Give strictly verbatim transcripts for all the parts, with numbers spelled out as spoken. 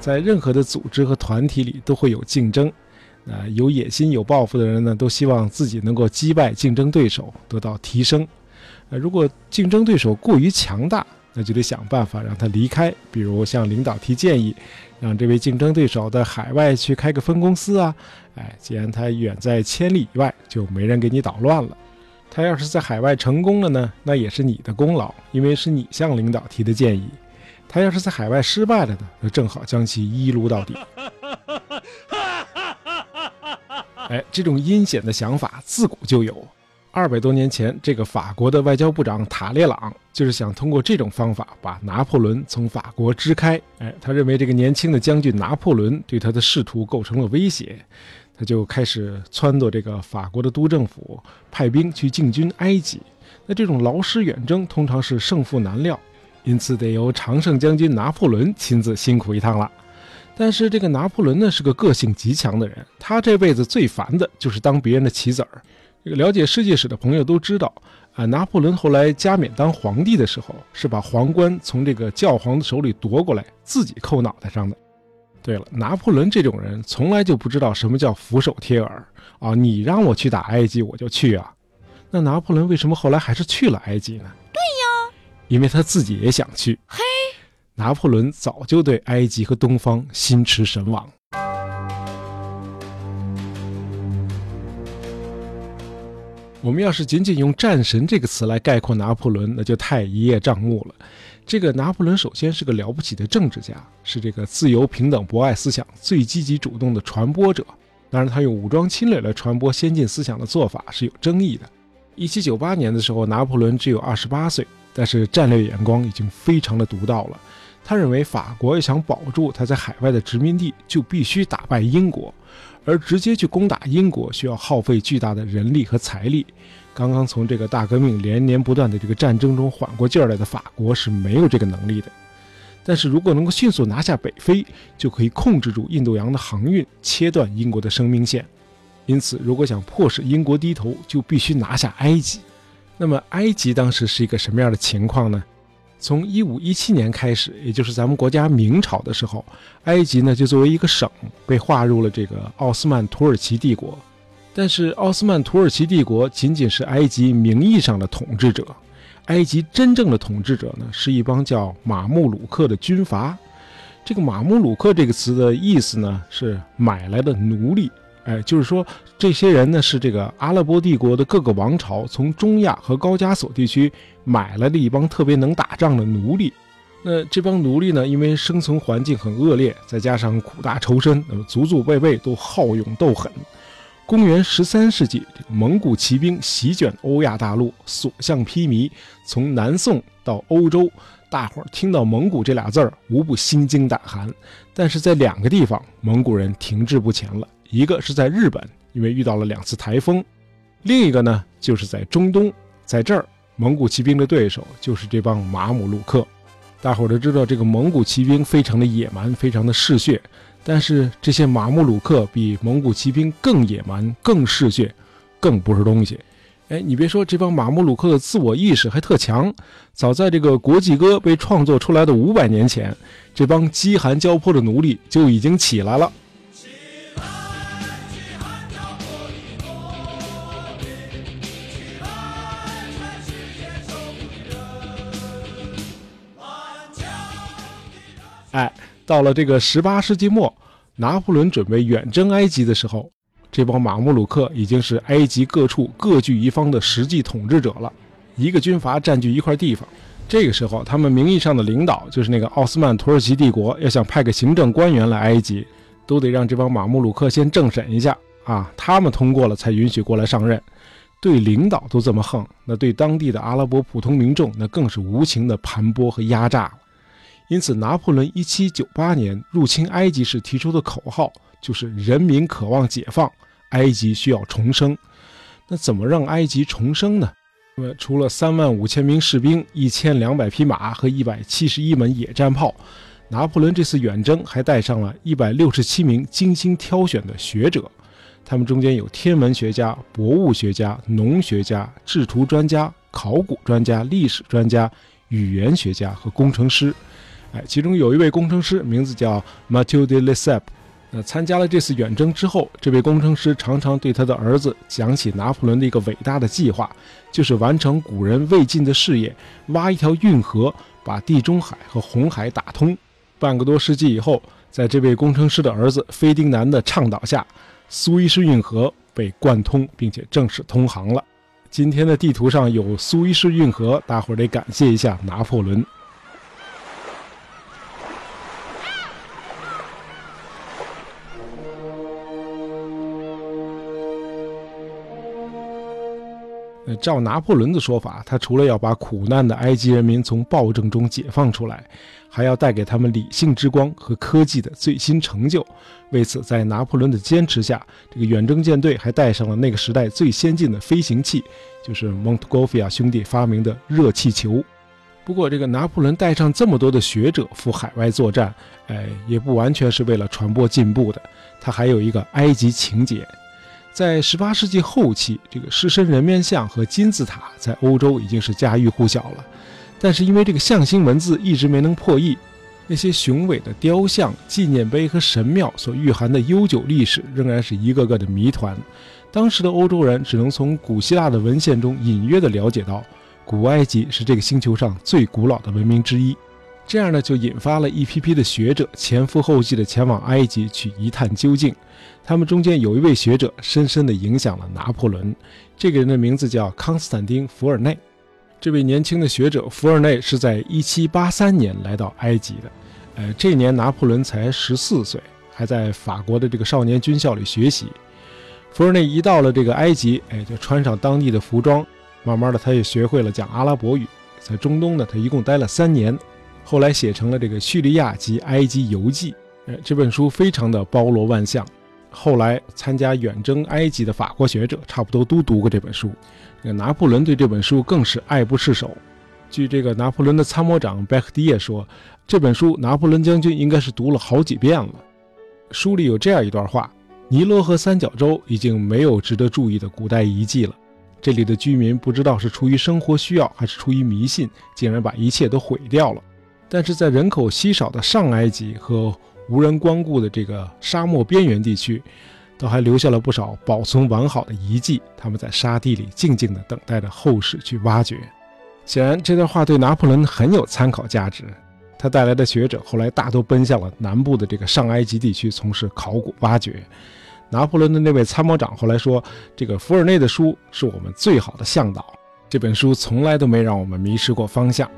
在任何的组织和团体里都会有竞争，呃，有野心有抱负的人呢，都希望自己能够击败竞争对手，得到提升。呃，如果竞争对手过于强大，那就得想办法让他离开，比如向领导提建议，让这位竞争对手在海外去开个分公司啊。哎，既然他远在千里以外，就没人给你捣乱了。他要是在海外成功了呢，那也是你的功劳，因为是你向领导提的建议。他要是在海外失败了呢，就正好将其一撸到底。哎，这种阴险的想法自古就有。二百多年前，这个法国的外交部长塔列朗就是想通过这种方法把拿破仑从法国支开。哎，他认为这个年轻的将军拿破仑对他的仕途构成了威胁，他就开始撺掇这个法国的督政府派兵去进军埃及。那这种劳师远征通常是胜负难料，因此得由常胜将军拿破仑亲自辛苦一趟了。但是这个拿破仑呢是个个性极强的人，他这辈子最烦的就是当别人的棋子儿。这个了解世界史的朋友都知道啊，拿破仑后来加冕当皇帝的时候，是把皇冠从这个教皇的手里夺过来，自己扣脑袋上的。对了，拿破仑这种人从来就不知道什么叫俯首帖耳啊！你让我去打埃及，我就去啊。那拿破仑为什么后来还是去了埃及呢？ 对呀， 因为他自己也想去。 嘿， 拿破仑早就对埃及和东方心驰神往。我们要是仅仅用战神这个词来概括拿破仑，那就太一叶障目了。这个拿破仑首先是个了不起的政治家，是这个自由平等博爱思想最积极主动的传播者。当然他用武装侵略来传播先进思想的做法是有争议的。一七九八年的时候，拿破仑只有二十八岁，但是战略眼光已经非常的独到了。他认为法国要想保住他在海外的殖民地，就必须打败英国，而直接去攻打英国需要耗费巨大的人力和财力。刚刚从这个大革命连年不断的这个战争中缓过劲儿来的法国是没有这个能力的。但是如果能够迅速拿下北非，就可以控制住印度洋的航运，切断英国的生命线。因此如果想迫使英国低头，就必须拿下埃及。那么埃及当时是一个什么样的情况呢？从一五一七年开始，也就是咱们国家明朝的时候，埃及呢就作为一个省被划入了这个奥斯曼土耳其帝国。但是奥斯曼土耳其帝国仅仅是埃及名义上的统治者，埃及真正的统治者呢是一帮叫马穆鲁克的军阀。这个马穆鲁克这个词的意思呢是买来的奴隶。哎，就是说这些人呢是这个阿拉伯帝国的各个王朝从中亚和高加索地区买来的一帮特别能打仗的奴隶。那这帮奴隶呢，因为生存环境很恶劣，再加上苦大仇深，那么祖祖辈辈都好勇斗狠。公元十三世纪，这个蒙古骑兵席卷欧亚大陆，所向披靡，从南宋到欧洲，大伙儿听到蒙古这俩字儿无不心惊胆寒。但是在两个地方蒙古人停滞不前了，一个是在日本，因为遇到了两次台风，另一个呢就是在中东，在这儿蒙古骑兵的对手就是这帮马姆鲁克。大伙儿都知道这个蒙古骑兵非常的野蛮，非常的嗜血，但是这些马穆鲁克比蒙古骑兵更野蛮，更嗜血，更不是东西。哎，你别说，这帮马穆鲁克的自我意识还特强。早在这个国际歌被创作出来的五百年前，这帮饥寒交迫的奴隶就已经起来了。哎，到了这个十八世纪末，拿破仑准备远征埃及的时候，这帮马穆鲁克已经是埃及各处各据一方的实际统治者了。一个军阀占据一块地方，这个时候他们名义上的领导就是那个奥斯曼土耳其帝国，要想派个行政官员来埃及，都得让这帮马穆鲁克先政审一下啊，他们通过了才允许过来上任。对领导都这么横，那对当地的阿拉伯普通民众那更是无情的盘剥和压榨了。因此拿破仑一七九八年入侵埃及时提出的口号就是人民渴望解放，埃及需要重生。那怎么让埃及重生呢？那么除了三万五千名士兵、一千两百匹马和一百七十一门野战炮，拿破仑这次远征还带上了一百六十七名精心挑选的学者，他们中间有天文学家、博物学家、农学家、制图专家、考古专家、历史专家、语言学家和工程师。 哎，其中有一位工程师名字叫 Mathieu de Lesseps。那参加了这次远征之后，这位工程师常常对他的儿子讲起拿破仑的一个伟大的计划，就是完成古人未尽的事业，挖一条运河，把地中海和红海打通。半个多世纪以后，在这位工程师的儿子菲丁南的倡导下，苏伊士运河被贯通，并且正式通航了。今天的地图上有苏伊士运河，大伙儿得感谢一下拿破仑。照拿破仑的说法，他除了要把苦难的埃及人民从暴政中解放出来，还要带给他们理性之光和科技的最新成就。为此，在拿破仑的坚持下，这个远征舰队还带上了那个时代最先进的飞行器，就是蒙特戈菲亚兄弟发明的热气球。不过，这个拿破仑带上这么多的学者赴海外作战，哎，也不完全是为了传播进步的，他还有一个埃及情节。在十八世纪后期，这个狮身人面像和金字塔在欧洲已经是家喻户晓了，但是因为这个象形文字一直没能破译，那些雄伟的雕像、纪念碑和神庙所蕴含的悠久历史仍然是一个个的谜团。当时的欧洲人只能从古希腊的文献中隐约地了解到，古埃及是这个星球上最古老的文明之一。这样呢，就引发了一批批的学者前赴后继地前往埃及去一探究竟。他们中间有一位学者深深地影响了拿破仑，这个人的名字叫康斯坦丁·福尔内。这位年轻的学者福尔内是在一七八三年来到埃及的，呃，这年拿破仑才十四岁，还在法国的这个少年军校里学习。福尔内一到了这个埃及，哎，就穿上当地的服装，慢慢的他也学会了讲阿拉伯语。在中东呢，他一共待了三年，后来写成了这个《叙利亚及埃及游记》，呃，这本书非常的包罗万象。后来参加远征埃及的法国学者差不多都读过这本书，这个拿破仑对这本书更是爱不释手。据这个拿破仑的参谋长贝克迪耶说，这本书拿破仑将军应该是读了好几遍了。书里有这样一段话：尼罗河三角洲已经没有值得注意的古代遗迹了，这里的居民不知道是出于生活需要还是出于迷信，竟然把一切都毁掉了。但是在人口稀少的上埃及和无人光顾的这个沙漠边缘地区，都还留下了不少保存完好的遗迹，他们在沙地里静静地等待着后世去挖掘。显然这段话对拿破仑很有参考价值，他带来的学者后来大都奔向了南部的这个上埃及地区从事考古挖掘。拿破仑的那位参谋长后来说，这个福尔内的书是我们最好的向导，这本书从来都没让我们迷失过方向。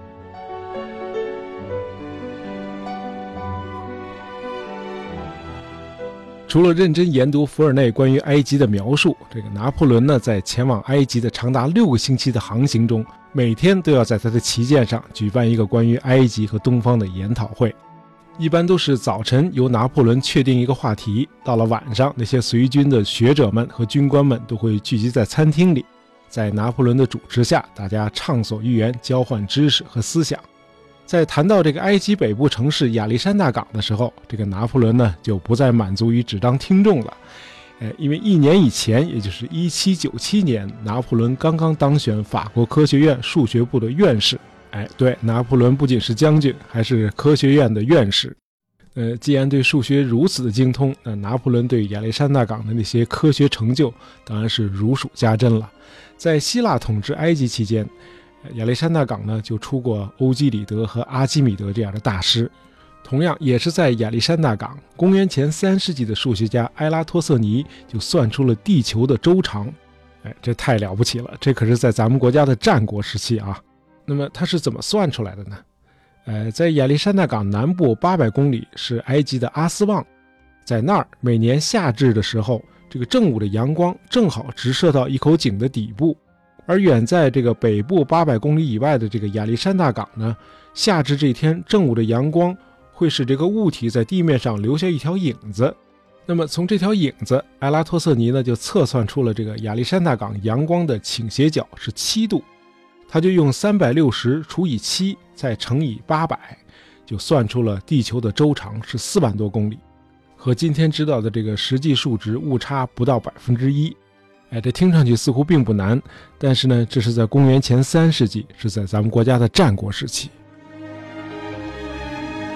除了认真研读福尔内关于埃及的描述，这个拿破仑呢，在前往埃及的长达六个星期的航行中，每天都要在他的旗舰上举办一个关于埃及和东方的研讨会。一般都是早晨由拿破仑确定一个话题，到了晚上，那些随军的学者们和军官们都会聚集在餐厅里，在拿破仑的主持下，大家畅所欲言，交换知识和思想。在谈到这个埃及北部城市亚历山大港的时候，这个拿破仑呢就不再满足于只当听众了。呃，因为一年以前，也就是一七九七年，拿破仑刚刚当选法国科学院数学部的院士。哎，对，拿破仑不仅是将军，还是科学院的院士。呃，既然对数学如此的精通，那拿破仑对亚历山大港的那些科学成就当然是如数家珍了。在希腊统治埃及期间，亚历山大港呢就出过欧几里得和阿基米德这样的大师。同样也是在亚历山大港，公元前三世纪的数学家埃拉托瑟尼就算出了地球的周长。哎，这太了不起了，这可是在咱们国家的战国时期啊。那么他是怎么算出来的呢？呃，在亚历山大港南部八百公里是埃及的阿斯旺，在那儿每年夏至的时候，这个正午的阳光正好直射到一口井的底部。而远在这个北部八百公里以外的这个亚历山大港呢，夏至这天正午的阳光会使这个物体在地面上留下一条影子。那么从这条影子，埃拉托瑟尼呢就测算出了这个亚历山大港阳光的倾斜角是七度，他就用三百六十除以七再乘以八百，就算出了地球的周长是四万多公里，和今天知道的这个实际数值误差不到百分之一。哎，这听上去似乎并不难，但是呢，这是在公元前三世纪，是在咱们国家的战国时期。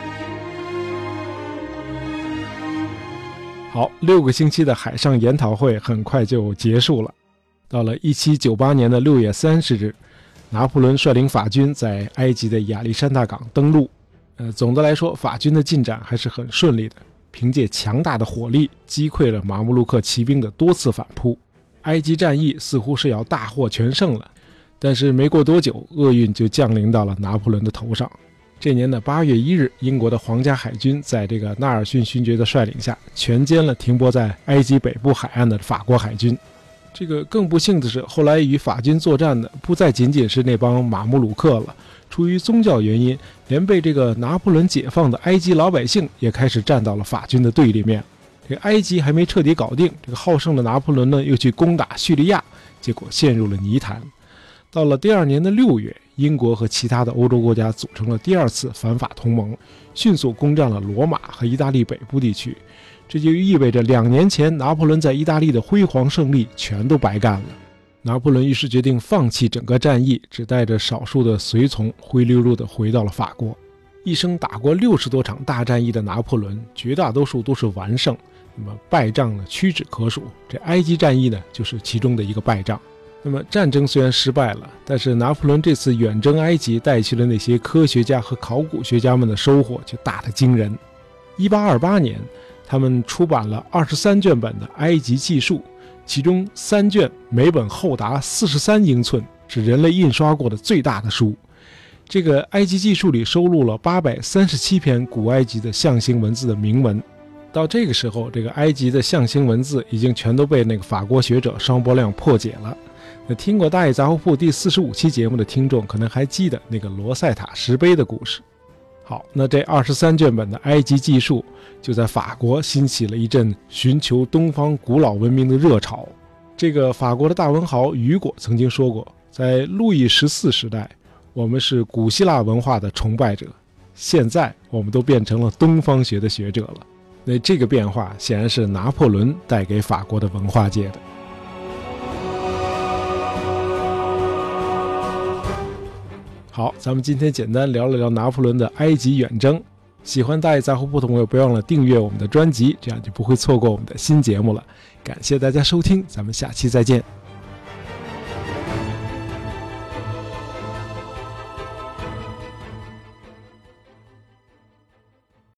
好，六个星期的海上研讨会很快就结束了。到了一七九八年的六月三十日，拿破仑率领法军在埃及的亚历山大港登陆。呃，总的来说，法军的进展还是很顺利的，凭借强大的火力击溃了马穆鲁克骑兵的多次反扑。埃及战役似乎是要大获全胜了，但是没过多久，厄运就降临到了拿破仑的头上。这年的八月一日，英国的皇家海军在这个纳尔逊勋爵的率领下，全歼了停泊在埃及北部海岸的法国海军。这个更不幸的是，后来与法军作战的不再仅仅是那帮马穆鲁克了，出于宗教原因，连被这个拿破仑解放的埃及老百姓也开始站到了法军的对立面。这个埃及还没彻底搞定，这个好胜的拿破仑呢，又去攻打叙利亚，结果陷入了泥潭。到了第二年的六月，英国和其他的欧洲国家组成了第二次反法同盟，迅速攻占了罗马和意大利北部地区。这就意味着两年前拿破仑在意大利的辉煌胜利全都白干了。拿破仑于是决定放弃整个战役，只带着少数的随从灰溜溜地回到了法国。一生打过六十多场大战役的拿破仑，绝大多数都是完胜，那么败仗呢屈指可数。这埃及战役呢，就是其中的一个败仗。那么战争虽然失败了，但是拿破仑这次远征埃及带去了那些科学家和考古学家们的收获却大得惊人。一八二八年，他们出版了二十三卷本的埃及记述，其中三卷每本厚达四十三英寸，是人类印刷过的最大的书。这个埃及记述里收录了八百三十七篇古埃及的象形文字的铭文。到这个时候，这个埃及的象形文字已经全都被那个法国学者商伯亮破解了。那听过大爷杂货铺第四十五期节目的听众可能还记得那个罗塞塔石碑的故事。好，那这二十三卷本的埃及记述就在法国兴起了一阵寻求东方古老文明的热潮。这个法国的大文豪雨果曾经说过，在路易十四时代，我们是古希腊文化的崇拜者，现在我们都变成了东方学的学者了。那这个变化显然是拿破仑带给法国的文化界的。好，咱们今天简单聊了聊拿破仑的埃及远征。喜欢大爷杂货铺的朋友，不要忘了订阅我们的专辑，这样就不会错过我们的新节目了。感谢大家收听，咱们下期再见。